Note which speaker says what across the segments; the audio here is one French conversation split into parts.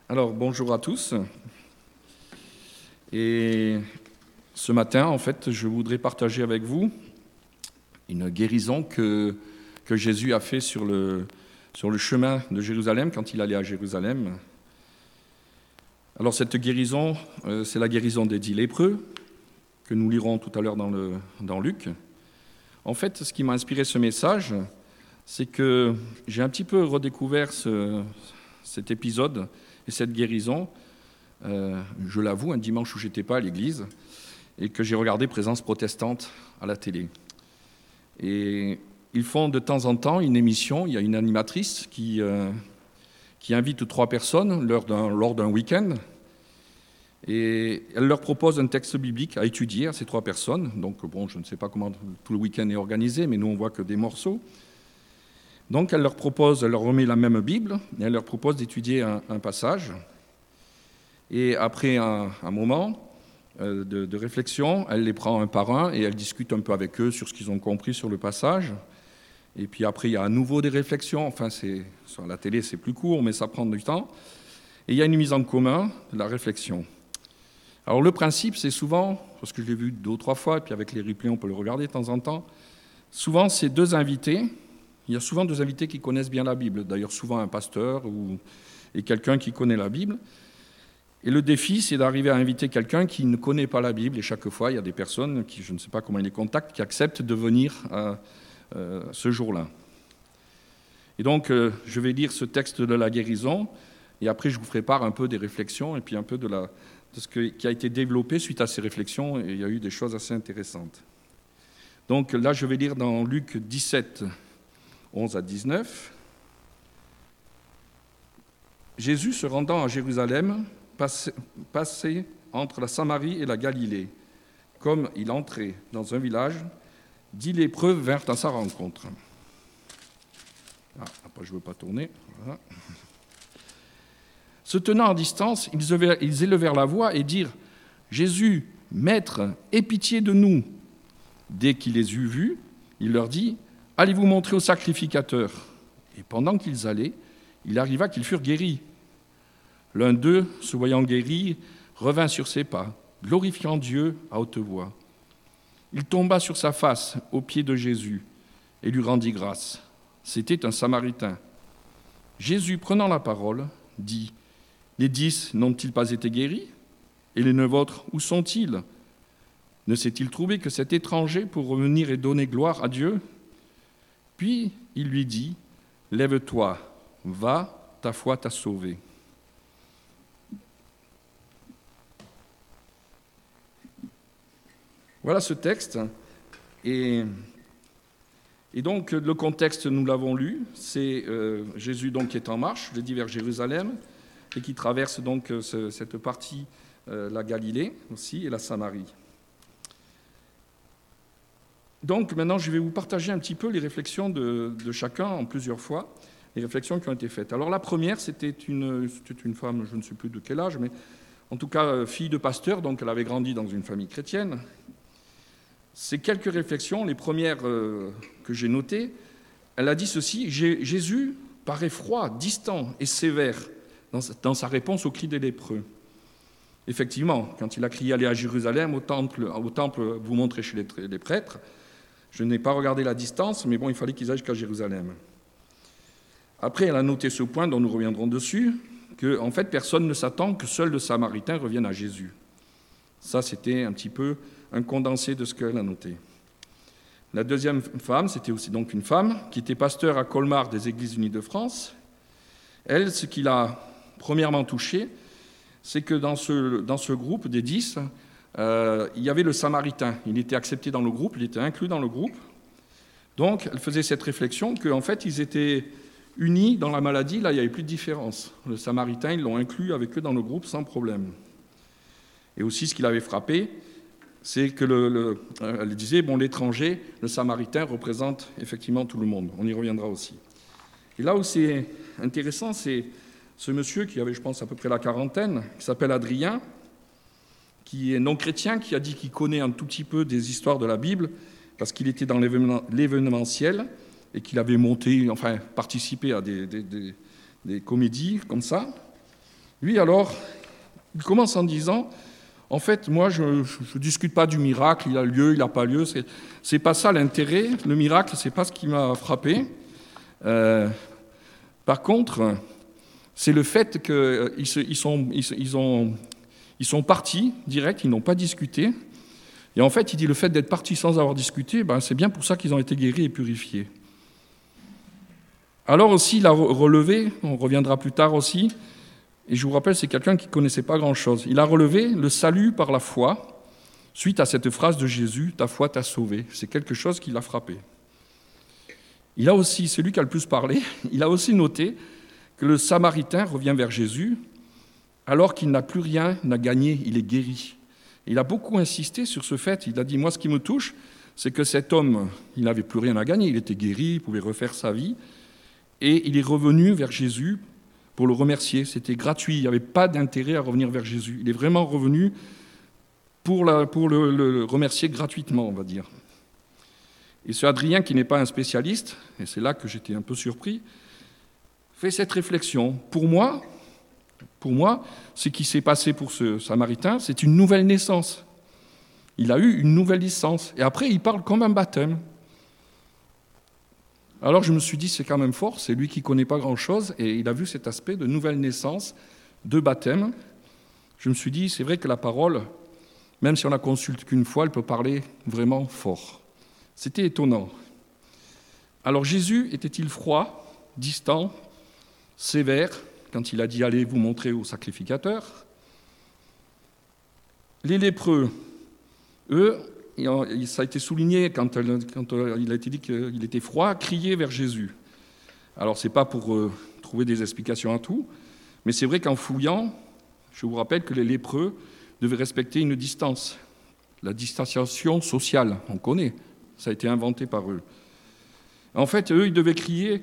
Speaker 1: Alors, bonjour à tous. Et ce matin, en fait, je voudrais partager avec vous une guérison que Jésus a fait sur le chemin de Jérusalem, quand il allait à Jérusalem. Alors, cette guérison, c'est la guérison des 10 lépreux, que nous lirons tout à l'heure dans Luc. En fait, ce qui m'a inspiré ce message, c'est que j'ai un petit peu redécouvert cet épisode et cette guérison, je l'avoue, un dimanche où je n'étais pas à l'église et que j'ai regardé Présence protestante à la télé. Et ils font de temps en temps une émission, il y a une animatrice qui invite 3 personnes lors d'un week-end et elle leur propose un texte biblique à étudier à ces 3 personnes. Donc bon, je ne sais pas comment tout le week-end est organisé, mais nous on voit que des morceaux. Donc elle leur remet la même Bible, et elle leur propose d'étudier un passage. Et après un moment de réflexion, elle les prend un par un et elle discute un peu avec eux sur ce qu'ils ont compris sur le passage. Et puis après, il y a à nouveau des réflexions. Enfin, sur la télé, c'est plus court, mais ça prend du temps. Et il y a une mise en commun de la réflexion. Alors le principe, c'est souvent, parce que je l'ai vu 2 ou 3 fois, et puis avec les replays, on peut le regarder de temps en temps, souvent c'est 2 invités. Il y a souvent 2 invités qui connaissent bien la Bible, d'ailleurs souvent un pasteur et quelqu'un qui connaît la Bible. Et le défi, c'est d'arriver à inviter quelqu'un qui ne connaît pas la Bible, et chaque fois, il y a des personnes, qui, je ne sais pas comment ils les contactent, qui acceptent de venir ce jour-là. Et donc, je vais lire ce texte de la guérison, et après, je vous ferai part un peu des réflexions, et puis un peu de ce qui a été développé suite à ces réflexions, et il y a eu des choses assez intéressantes. Donc là, je vais lire dans Luc 17, 11 à 19. Jésus, se rendant à Jérusalem, passait entre la Samarie et la Galilée. Comme il entrait dans un village, 10 lépreux vinrent à sa rencontre. Après, je ne veux pas tourner. Voilà. Se tenant à distance, ils élevèrent la voix et dirent « Jésus, Maître, aie pitié de nous !» Dès qu'il les eut vus, il leur dit « Allez-vous montrer au sacrificateur ?» Et pendant qu'ils allaient, il arriva qu'ils furent guéris. L'un d'eux, se voyant guéri, revint sur ses pas, glorifiant Dieu à haute voix. Il tomba sur sa face aux pieds de Jésus et lui rendit grâce. C'était un Samaritain. Jésus, prenant la parole, dit « Les 10 n'ont-ils pas été guéris? Et les 9 autres, où sont-ils? Ne s'est-il trouvé que cet étranger pour revenir et donner gloire à Dieu? » Puis il lui dit « Lève-toi, va, ta foi t'a sauvé. » Voilà ce texte. Et donc, le contexte, nous l'avons lu, c'est Jésus donc, qui est en marche, je l'ai dit, vers Jérusalem, et qui traverse donc cette partie, la Galilée aussi, et la Samarie. Donc, maintenant, je vais vous partager un petit peu les réflexions de chacun en plusieurs fois, les réflexions qui ont été faites. Alors, la première, c'était une femme, je ne sais plus de quel âge, mais en tout cas, fille de pasteur, donc elle avait grandi dans une famille chrétienne. Ces quelques réflexions, les premières que j'ai notées, elle a dit ceci: Jésus paraît froid, distant et sévère dans sa réponse au cri des lépreux. Effectivement, quand il a crié « Allez à Jérusalem, au temple vous montrez chez les prêtres », je n'ai pas regardé la distance, mais bon, il fallait qu'ils aillent jusqu'à Jérusalem. Après, elle a noté ce point dont nous reviendrons dessus, que en fait, personne ne s'attend que seul le Samaritain revienne à Jésus. Ça, c'était un petit peu un condensé de ce qu'elle a noté. La deuxième femme, c'était aussi donc une femme qui était pasteur à Colmar des Églises Unies de France. Elle, ce qui l'a premièrement touchée, c'est que dans ce groupe des 10, il y avait le Samaritain. Il était accepté dans le groupe, il était inclus dans le groupe. Donc, elle faisait cette réflexion qu'en fait, ils étaient unis dans la maladie, là, il n'y avait plus de différence. Le Samaritain, ils l'ont inclus avec eux dans le groupe sans problème. Et aussi, ce qui l'avait frappé, c'est que elle disait, bon, l'étranger, le Samaritain représente effectivement tout le monde. On y reviendra aussi. Et là où c'est intéressant, c'est ce monsieur qui avait, je pense, à peu près la quarantaine, qui s'appelle Adrien, qui est non-chrétien, qui a dit qu'il connaît un tout petit peu des histoires de la Bible, parce qu'il était dans l'événementiel et qu'il avait participé à des comédies comme ça. Lui, alors, il commence en disant, en fait, moi, je ne discute pas du miracle, il a lieu, il n'a pas lieu, c'est pas ça l'intérêt. Le miracle, c'est pas ce qui m'a frappé. Par contre, c'est le fait qu'ils sont partis direct, ils n'ont pas discuté. Et en fait, il dit le fait d'être partis sans avoir discuté, c'est bien pour ça qu'ils ont été guéris et purifiés. Alors aussi, il a relevé, on reviendra plus tard aussi, et je vous rappelle, c'est quelqu'un qui ne connaissait pas grand-chose. Il a relevé le salut par la foi, suite à cette phrase de Jésus, « Ta foi t'a sauvé ». C'est quelque chose qui l'a frappé. Il a aussi, c'est lui qui a le plus parlé, il a aussi noté que le Samaritain revient vers Jésus, alors qu'il n'a plus rien à gagner, il est guéri. Il a beaucoup insisté sur ce fait, il a dit « Moi, ce qui me touche, c'est que cet homme, il n'avait plus rien à gagner, il était guéri, il pouvait refaire sa vie, et il est revenu vers Jésus pour le remercier. C'était gratuit, il n'y avait pas d'intérêt à revenir vers Jésus. Il est vraiment revenu pour le remercier gratuitement, on va dire. Et ce Adrien, qui n'est pas un spécialiste, et c'est là que j'étais un peu surpris, fait cette réflexion. Pour moi, ce qui s'est passé pour ce Samaritain, c'est une nouvelle naissance. Il a eu une nouvelle licence. Et après, il parle comme un baptême. Alors je me suis dit, c'est quand même fort, c'est lui qui ne connaît pas grand-chose, et il a vu cet aspect de nouvelle naissance, de baptême. Je me suis dit, c'est vrai que la parole, même si on la consulte qu'une fois, elle peut parler vraiment fort. C'était étonnant. Alors Jésus était-il froid, distant, sévère, quand il a dit « Allez vous montrer au sacrificateur » Les lépreux, eux, ça a été souligné quand il a été dit qu'il était froid, crier vers Jésus. Alors, ce n'est pas pour trouver des explications à tout, mais c'est vrai qu'en fouillant, je vous rappelle que les lépreux devaient respecter une distance. La distanciation sociale, on connaît, ça a été inventé par eux. En fait, eux, ils devaient crier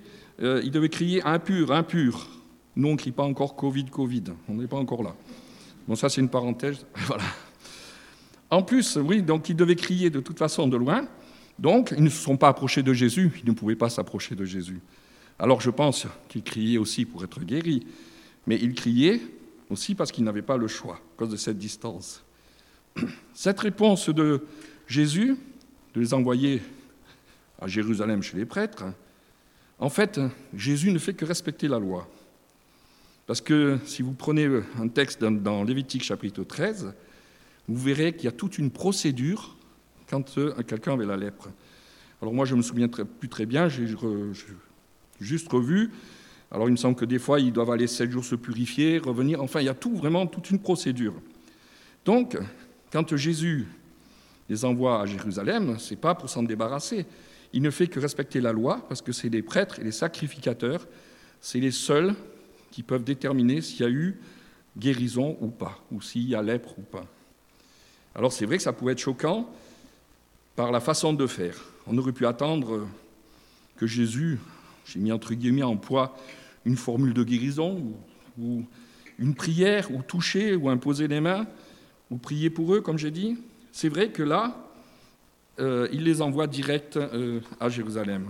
Speaker 1: impur, impur. Nous, on ne crie pas encore Covid, Covid, on n'est pas encore là. Bon, ça, c'est une parenthèse, voilà. En plus, oui, donc ils devaient crier de toute façon de loin, donc ils ne se sont pas approchés de Jésus, ils ne pouvaient pas s'approcher de Jésus. Alors je pense qu'ils criaient aussi pour être guéris, mais ils criaient aussi parce qu'ils n'avaient pas le choix, à cause de cette distance. Cette réponse de Jésus, de les envoyer à Jérusalem chez les prêtres, en fait, Jésus ne fait que respecter la loi. Parce que si vous prenez un texte dans Lévitique chapitre 13, vous verrez qu'il y a toute une procédure quand quelqu'un avait la lèpre. Alors moi, je ne me souviens plus très bien, j'ai juste revu. Alors il me semble que des fois, ils doivent aller 7 jours se purifier, revenir. Enfin, il y a vraiment toute une procédure. Donc, quand Jésus les envoie à Jérusalem, ce n'est pas pour s'en débarrasser. Il ne fait que respecter la loi, parce que c'est les prêtres et les sacrificateurs, c'est les seuls qui peuvent déterminer s'il y a eu guérison ou pas, ou s'il y a lèpre ou pas. Alors c'est vrai que ça pouvait être choquant par la façon de faire. On aurait pu attendre que Jésus, j'ai mis entre guillemets en poids, une formule de guérison, ou une prière, ou toucher, ou imposer les mains, ou prier pour eux, comme j'ai dit. C'est vrai que là, il les envoie direct à Jérusalem.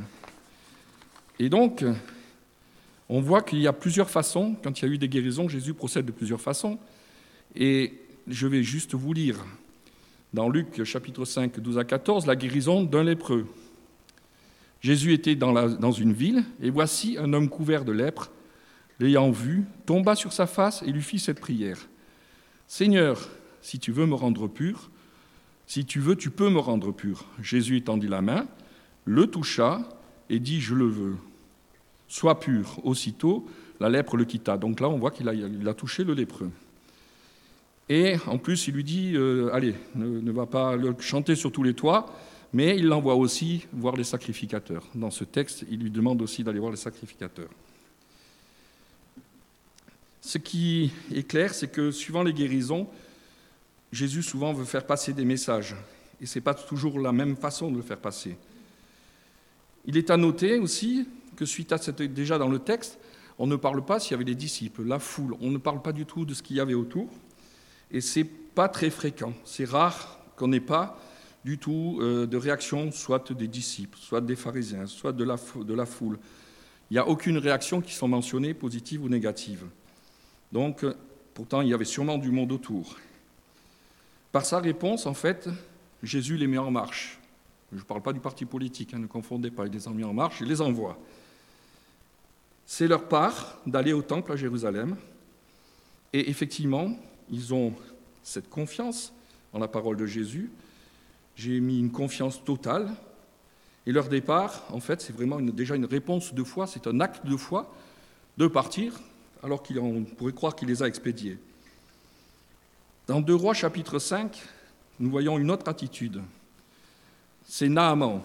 Speaker 1: Et donc, on voit qu'il y a plusieurs façons. Quand il y a eu des guérisons, Jésus procède de plusieurs façons. Et je vais juste vous lire, dans Luc chapitre 5, 12 à 14, la guérison d'un lépreux. Jésus était dans une ville, et voici un homme couvert de lèpre, l'ayant vu, tomba sur sa face et lui fit cette prière. « Seigneur, si tu veux me rendre pur, si tu veux, tu peux me rendre pur. » Jésus étendit la main, le toucha et dit « Je le veux. Sois pur. » Aussitôt, la lèpre le quitta. Donc là, on voit qu'il a touché le lépreux. Et en plus, il lui dit « Allez, ne va pas le chanter sur tous les toits », mais il l'envoie aussi voir les sacrificateurs. Dans ce texte, il lui demande aussi d'aller voir les sacrificateurs. Ce qui est clair, c'est que suivant les guérisons, Jésus souvent veut faire passer des messages. Et ce n'est pas toujours la même façon de le faire passer. Il est à noter aussi que suite à déjà dans le texte, on ne parle pas s'il y avait les disciples, la foule. On ne parle pas du tout de ce qu'il y avait autour. Et ce n'est pas très fréquent. C'est rare qu'on n'ait pas du tout de réaction, soit des disciples, soit des pharisiens, soit de la foule. Il n'y a aucune réaction qui sont mentionnées, positive ou négative. Donc, Pourtant, il y avait sûrement du monde autour. Par sa réponse, en fait, Jésus les met en marche. Je ne parle pas du parti politique, ne confondez pas, il les a mis en marche, il les envoie. C'est leur part d'aller au temple à Jérusalem. Et effectivement, ils ont cette confiance en la parole de Jésus. J'ai mis une confiance totale. Et leur départ, en fait, c'est vraiment déjà une réponse de foi, c'est un acte de foi de partir, alors qu'on pourrait croire qu'il les a expédiés. Dans 2 Rois, chapitre 5, nous voyons une autre attitude. C'est Naaman.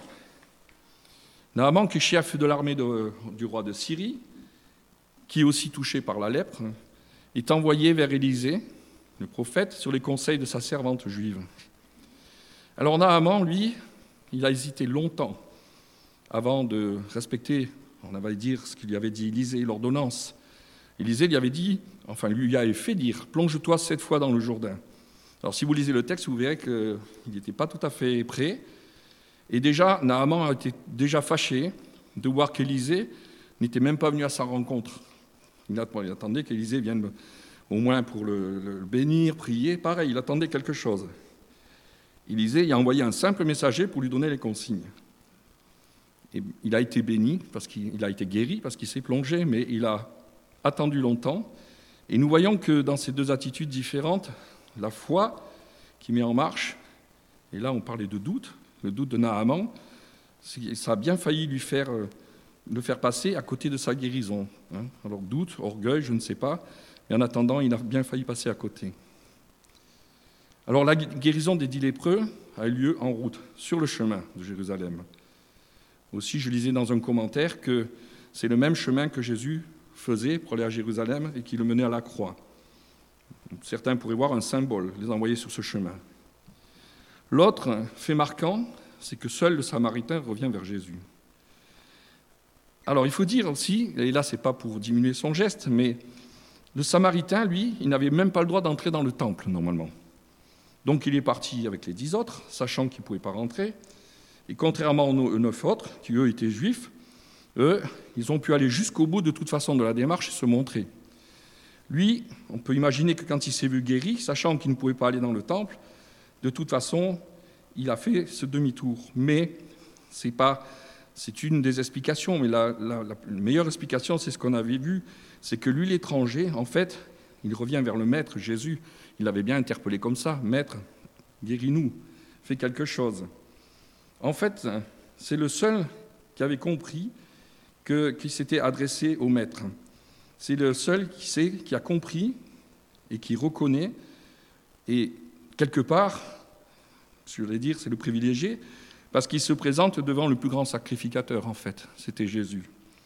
Speaker 1: Naaman, qui est chef de l'armée du roi de Syrie, qui est aussi touché par la lèpre, est envoyé vers Élisée, le prophète, sur les conseils de sa servante juive. Alors Naaman, lui, il a hésité longtemps avant de respecter, on va dire, ce qu'il lui avait dit Élisée, l'ordonnance. Élisée lui avait dit, enfin lui avait fait dire, plonge-toi 7 fois dans le Jourdain. Alors si vous lisez le texte, vous verrez qu'il n'était pas tout à fait prêt. Et déjà, Naaman a été déjà fâché de voir qu'Élisée n'était même pas venu à sa rencontre. Il attendait qu'Élisée vienne au moins pour le bénir, prier. Pareil, il attendait quelque chose. Élisée il a envoyé un simple messager pour lui donner les consignes. Et il a été béni, parce qu'il a été guéri, parce qu'il s'est plongé, mais il a attendu longtemps. Et nous voyons que dans ces deux attitudes différentes, la foi qui met en marche, et là on parlait de doute, le doute de Naaman, ça a bien failli le faire passer à côté de sa guérison. Alors doute, orgueil, je ne sais pas, mais en attendant, il a bien failli passer à côté. Alors la guérison des 10 lépreux a eu lieu en route, sur le chemin de Jérusalem. Aussi, je lisais dans un commentaire que c'est le même chemin que Jésus faisait pour aller à Jérusalem et qui le menait à la croix. Certains pourraient voir un symbole, les envoyer sur ce chemin. L'autre fait marquant, c'est que seul le Samaritain revient vers Jésus. Alors il faut dire aussi, et là ce n'est pas pour diminuer son geste, mais le Samaritain, lui, il n'avait même pas le droit d'entrer dans le temple normalement. Donc il est parti avec les 10 autres, sachant qu'il ne pouvait pas rentrer. Et contrairement aux 9 autres, qui eux étaient juifs, eux, ils ont pu aller jusqu'au bout de toute façon de la démarche et se montrer. Lui, on peut imaginer que quand il s'est vu guéri, sachant qu'il ne pouvait pas aller dans le temple, de toute façon, il a fait ce demi-tour. Mais c'est une des explications, mais la meilleure explication, c'est ce qu'on avait vu, c'est que lui, l'étranger, en fait, il revient vers le Maître, Jésus. Il l'avait bien interpellé comme ça, « Maître, guéris-nous, fais quelque chose ». En fait, c'est le seul qui avait compris qu'il s'était adressé au Maître. C'est le seul qui a compris et qui reconnaît, et quelque part, je vais dire, c'est le privilégié, parce qu'il se présente devant le plus grand sacrificateur, en fait, c'était Jésus.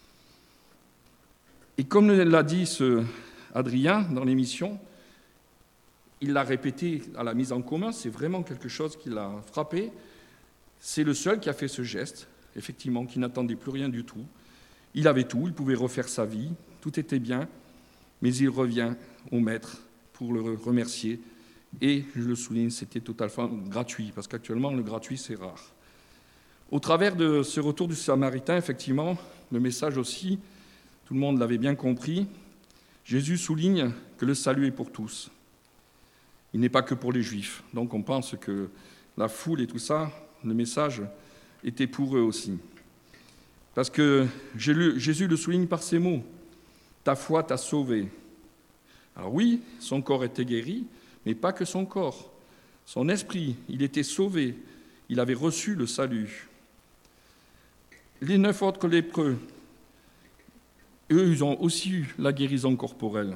Speaker 1: Et comme l'a dit Adrien dans l'émission, il l'a répété à la mise en commun, c'est vraiment quelque chose qui l'a frappé. C'est le seul qui a fait ce geste, effectivement, qui n'attendait plus rien du tout. Il avait tout, il pouvait refaire sa vie, tout était bien, mais il revient au Maître pour le remercier. Et, je le souligne, c'était totalement gratuit, parce qu'actuellement, le gratuit, c'est rare. Au travers de ce retour du Samaritain, effectivement, le message aussi, tout le monde l'avait bien compris, Jésus souligne que le salut est pour tous. Il n'est pas que pour les Juifs. Donc on pense que la foule et tout ça, le message était pour eux aussi. Parce que Jésus le souligne par ces mots. Ta foi t'a sauvé. Alors oui, son corps était guéri, mais pas que son corps. Son esprit, il était sauvé. Il avait reçu le salut. Les 9 autres lépreux, eux, ils ont aussi eu la guérison corporelle.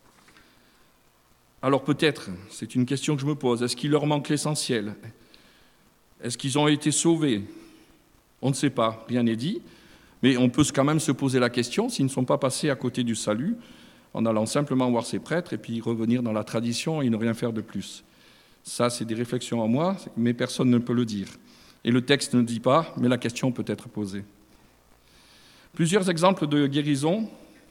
Speaker 1: Alors peut-être, c'est une question que je me pose, est-ce qu'il leur manque l'essentiel ? Est-ce qu'ils ont été sauvés ? On ne sait pas, rien n'est dit, mais on peut quand même se poser la question s'ils ne sont pas passés à côté du salut en allant simplement voir ces prêtres et puis revenir dans la tradition et ne rien faire de plus. Ça, c'est des réflexions à moi, mais personne ne peut le dire. Et le texte ne dit pas, mais la question peut être posée. Plusieurs exemples de guérison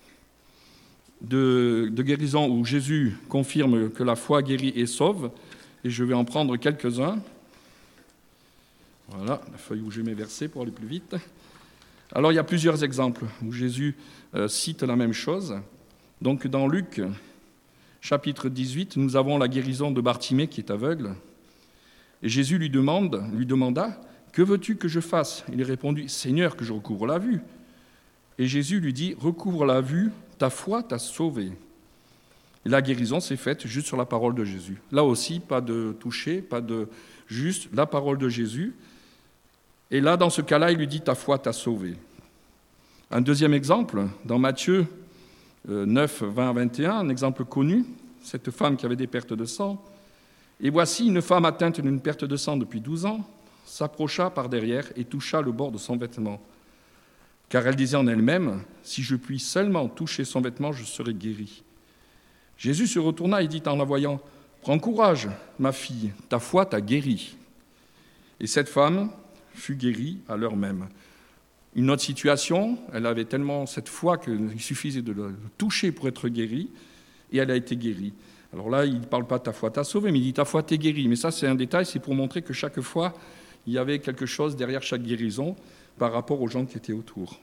Speaker 1: où Jésus confirme que la foi guérit et sauve, et je vais en prendre quelques-uns. Voilà, la feuille où j'ai mes versets pour aller plus vite. Alors, il y a plusieurs exemples où Jésus cite la même chose. Donc, dans Luc, chapitre 18, nous avons la guérison de Bartimée qui est aveugle. Et Jésus lui demanda, « Que veux-tu que je fasse ?» Il répondit, « Seigneur, que je recouvre la vue. » Et Jésus lui dit, « Recouvre la vue, ta foi t'a sauvé. » Et la guérison s'est faite juste sur la parole de Jésus. Là aussi, pas de toucher, juste la parole de Jésus. Et là, dans ce cas-là, il lui dit, « Ta foi t'a sauvé. » Un deuxième exemple, dans Matthieu 9, 20 à 21, un exemple connu, cette femme qui avait des pertes de sang. « Et voici une femme atteinte d'une perte de sang depuis 12 ans, s'approcha par derrière et toucha le bord de son vêtement. Car elle disait en elle-même, « Si je puis seulement toucher son vêtement, je serai guérie. » Jésus se retourna et dit en la voyant, « Prends courage, ma fille, ta foi t'a guérie. » Et cette femme fut guérie à l'heure même. Une autre situation, elle avait tellement cette foi qu'il suffisait de le toucher pour être guérie, et elle a été guérie. Alors là, il ne parle pas « ta foi t'a sauvé », mais il dit « ta foi t'est guérie ». Mais ça, c'est un détail, c'est pour montrer que chaque fois, il y avait quelque chose derrière chaque guérison par rapport aux gens qui étaient autour.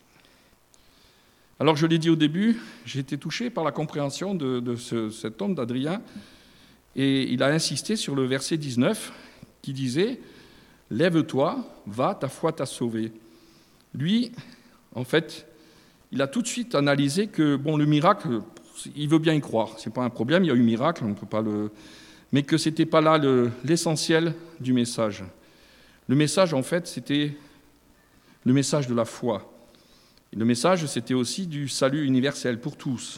Speaker 1: Alors, je l'ai dit au début, j'ai été touché par la compréhension de cet homme, d'Adrien, et il a insisté sur le verset 19 qui disait « Lève-toi, va, ta foi t'a sauvé ». Lui, en fait, il a tout de suite analysé que, bon, le miracle, il veut bien y croire, ce n'est pas un problème, il y a eu miracle, on ne peut pas le... mais que ce n'était pas là l'essentiel du message. Le message, en fait, c'était le message de la foi. Et le message, c'était aussi du salut universel pour tous.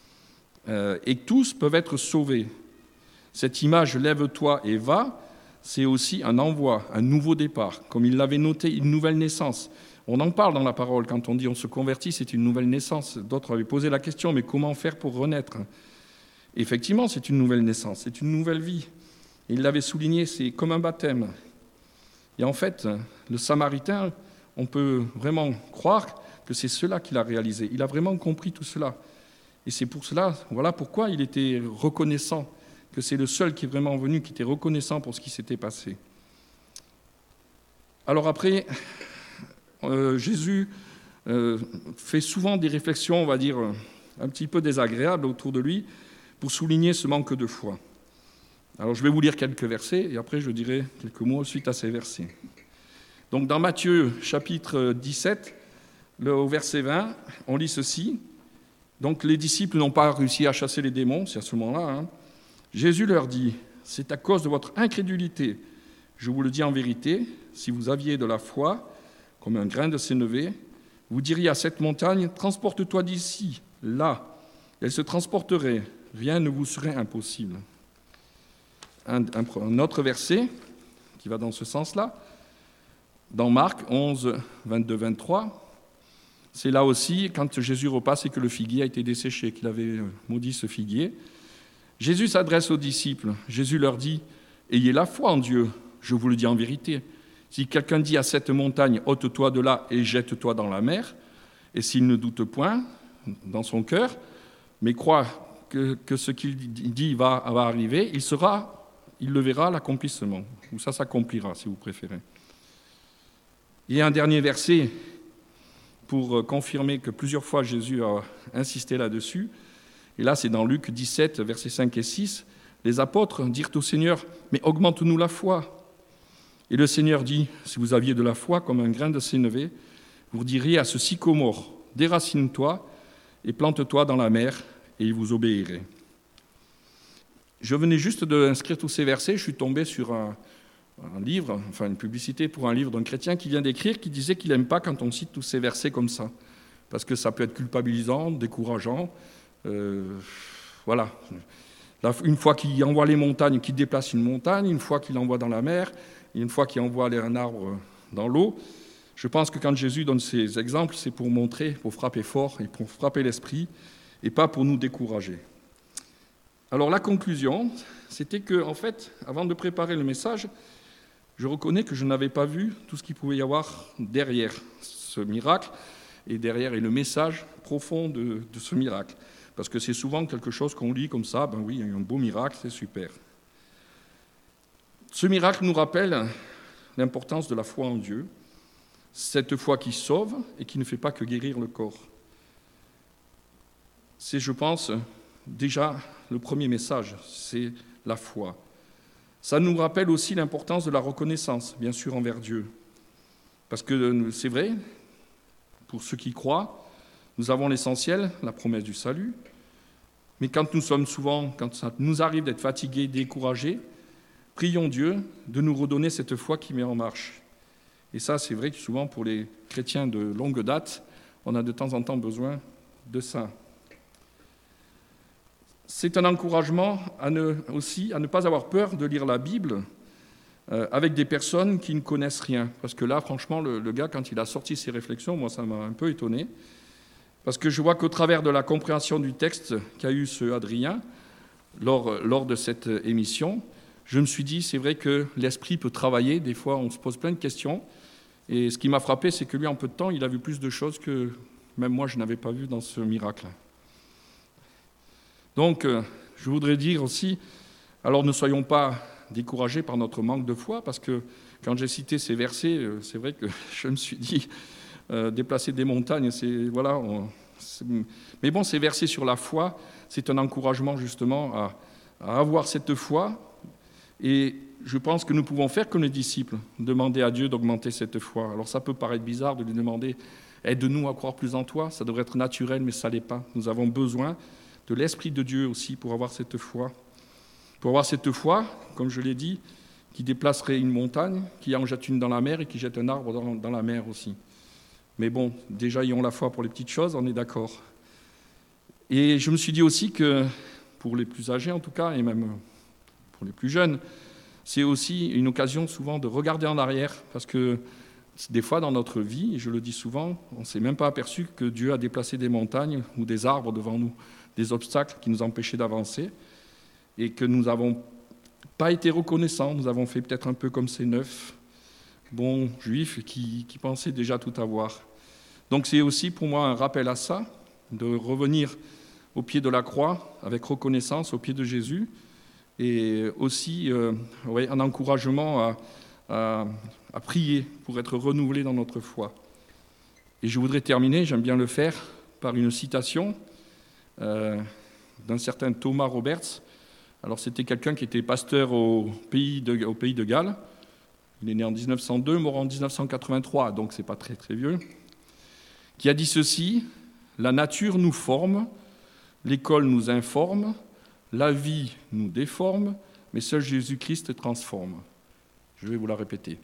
Speaker 1: Et tous peuvent être sauvés. Cette image « lève-toi et va », c'est aussi un envoi, un nouveau départ. Comme il l'avait noté, une nouvelle naissance. On en parle dans la parole, quand on dit on se convertit, c'est une nouvelle naissance. D'autres avaient posé la question, mais comment faire pour renaître ? Effectivement, c'est une nouvelle naissance, c'est une nouvelle vie. Et il l'avait souligné, c'est comme un baptême. Et en fait, le Samaritain, on peut vraiment croire que c'est cela qu'il a réalisé. Il a vraiment compris tout cela. Et c'est pour cela, voilà pourquoi il était reconnaissant, que c'est le seul qui est vraiment venu, qui était reconnaissant pour ce qui s'était passé. Alors après, Jésus fait souvent des réflexions, on va dire, un petit peu désagréables autour de lui, pour souligner ce manque de foi. Alors je vais vous lire quelques versets, et après je dirai quelques mots suite à ces versets. Donc dans Matthieu chapitre 17, au verset 20, on lit ceci. Donc les disciples n'ont pas réussi à chasser les démons, c'est à ce moment-là. Jésus leur dit, « C'est à cause de votre incrédulité. Je vous le dis en vérité, si vous aviez de la foi, comme un grain de sénévé, vous diriez à cette montagne, transporte-toi d'ici, là. Elle se transporterait, rien ne vous serait impossible. » Un autre verset qui va dans ce sens-là, dans Marc 11, 22, 23, c'est là aussi quand Jésus repasse et que le figuier a été desséché, qu'il avait maudit ce figuier. Jésus s'adresse aux disciples. Jésus leur dit, « Ayez la foi en Dieu, je vous le dis en vérité. Si quelqu'un dit à cette montagne, ôte-toi de là et jette-toi dans la mer, et s'il ne doute point dans son cœur, mais croit que ce qu'il dit va arriver, il le verra, l'accomplissement. Ou ça s'accomplira, si vous préférez. » Il y a un dernier verset pour confirmer que plusieurs fois Jésus a insisté là-dessus. Et là, c'est dans Luc 17, versets 5 et 6. Les apôtres dirent au Seigneur, « Mais augmente-nous la foi. » Et le Seigneur dit, « Si vous aviez de la foi comme un grain de sénévé, vous diriez à ce sycomore, déracine-toi et plante-toi dans la mer, et il vous obéirait. » Je venais juste d'inscrire tous ces versets, je suis tombé sur un livre, enfin une publicité pour un livre d'un chrétien qui vient d'écrire, qui disait qu'il n'aime pas quand on cite tous ces versets comme ça, parce que ça peut être culpabilisant, décourageant. Voilà. Une fois qu'il envoie les montagnes, qu'il déplace une montagne, une fois qu'il envoie dans la mer, une fois qu'il envoie un arbre dans l'eau. Je pense que quand Jésus donne ces exemples, c'est pour montrer, pour frapper fort et pour frapper l'esprit, et pas pour nous décourager. Alors la conclusion, c'était que, en fait, avant de préparer le message, je reconnais que je n'avais pas vu tout ce qu'il pouvait y avoir derrière ce miracle et derrière le message profond de ce miracle. Parce que c'est souvent quelque chose qu'on lit comme ça, ben oui, il y a eu un beau miracle, c'est super. Ce miracle nous rappelle l'importance de la foi en Dieu, cette foi qui sauve et qui ne fait pas que guérir le corps. C'est, je pense, déjà, le premier message, c'est la foi. Ça nous rappelle aussi l'importance de la reconnaissance, bien sûr, envers Dieu. Parce que c'est vrai, pour ceux qui croient, nous avons l'essentiel, la promesse du salut. Mais quand ça nous arrive d'être fatigués, découragés, prions Dieu de nous redonner cette foi qui met en marche. Et ça, c'est vrai que souvent, pour les chrétiens de longue date, on a de temps en temps besoin de ça. C'est un encouragement aussi à ne pas avoir peur de lire la Bible avec des personnes qui ne connaissent rien. Parce que là, franchement, le gars, quand il a sorti ses réflexions, moi, ça m'a un peu étonné. Parce que je vois qu'au travers de la compréhension du texte qu'a eu ce Adrien lors de cette émission, je me suis dit, c'est vrai que l'esprit peut travailler. Des fois, on se pose plein de questions. Et ce qui m'a frappé, c'est que lui, en peu de temps, il a vu plus de choses que même moi, je n'avais pas vu dans ce miracle. Donc, je voudrais dire aussi, alors ne soyons pas découragés par notre manque de foi, parce que quand j'ai cité ces versets, c'est vrai que je me suis dit, déplacer des montagnes, mais bon, ces versets sur la foi, c'est un encouragement justement à avoir cette foi, et je pense que nous pouvons faire comme les disciples, demander à Dieu d'augmenter cette foi. Alors ça peut paraître bizarre de lui demander, aide-nous à croire plus en toi, ça devrait être naturel, mais ça ne l'est pas. Nous avons besoin de l'Esprit de Dieu aussi pour avoir cette foi. Pour avoir cette foi, comme je l'ai dit, qui déplacerait une montagne, qui en jette une dans la mer et qui jette un arbre dans la mer aussi. Mais bon, déjà, ayons la foi pour les petites choses, on est d'accord. Et je me suis dit aussi que, pour les plus âgés en tout cas, et même pour les plus jeunes, c'est aussi une occasion souvent de regarder en arrière, parce que des fois dans notre vie, et je le dis souvent, on ne s'est même pas aperçu que Dieu a déplacé des montagnes ou des arbres devant nous, des obstacles qui nous empêchaient d'avancer, et que nous n'avons pas été reconnaissants, nous avons fait peut-être un peu comme ces 9 bons juifs qui pensaient déjà tout avoir. Donc c'est aussi pour moi un rappel à ça, de revenir au pied de la croix avec reconnaissance, au pied de Jésus, et aussi un encouragement à prier pour être renouvelé dans notre foi. Et je voudrais terminer, j'aime bien le faire, par une citation d'un certain Thomas Roberts. Alors c'était quelqu'un qui était pasteur au pays de Galles. Il est né en 1902, mort en 1983, donc c'est pas très très vieux. Qui a dit ceci: la nature nous forme, l'école nous informe, la vie nous déforme, mais seul Jésus-Christ transforme. Je vais vous la répéter.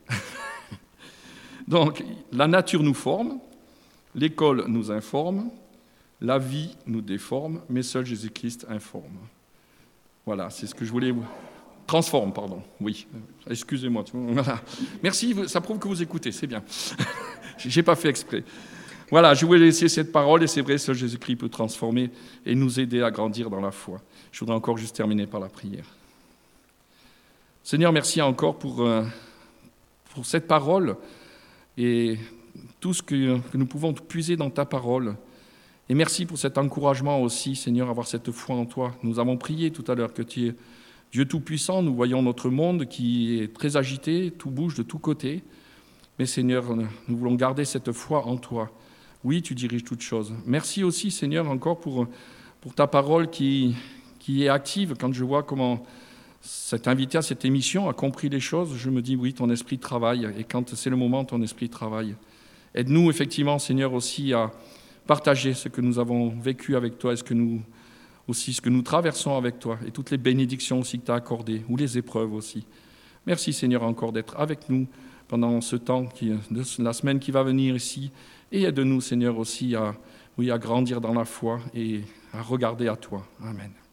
Speaker 1: Donc, la nature nous forme, l'école nous informe, la vie nous déforme, mais seul Jésus-Christ informe. Voilà, c'est ce que je voulais vous... Transforme, pardon, oui. Excusez-moi. Voilà. Merci, ça prouve que vous écoutez, c'est bien. Je n'ai pas fait exprès. Voilà, je voulais laisser cette parole, et c'est vrai, seul Jésus-Christ peut transformer et nous aider à grandir dans la foi. Je voudrais encore juste terminer par la prière. Seigneur, merci encore pour cette parole et tout ce que nous pouvons puiser dans ta parole. Et merci pour cet encouragement aussi, Seigneur, à avoir cette foi en toi. Nous avons prié tout à l'heure que tu es Dieu Tout-Puissant. Nous voyons notre monde qui est très agité, tout bouge de tous côtés. Mais Seigneur, nous voulons garder cette foi en toi. Oui, tu diriges toutes choses. Merci aussi, Seigneur, encore pour ta parole qui est active. Quand je vois comment cet invité à cette émission a compris les choses, je me dis, oui, ton esprit travaille. Et quand c'est le moment, ton esprit travaille. Aide-nous, effectivement, Seigneur, aussi à partager ce que nous avons vécu avec toi et ce que nous traversons avec toi et toutes les bénédictions aussi que tu as accordées, ou les épreuves aussi. Merci, Seigneur, encore d'être avec nous pendant ce temps, la semaine qui va venir ici. Et aide-nous, Seigneur, aussi à grandir dans la foi et à regarder à toi. Amen.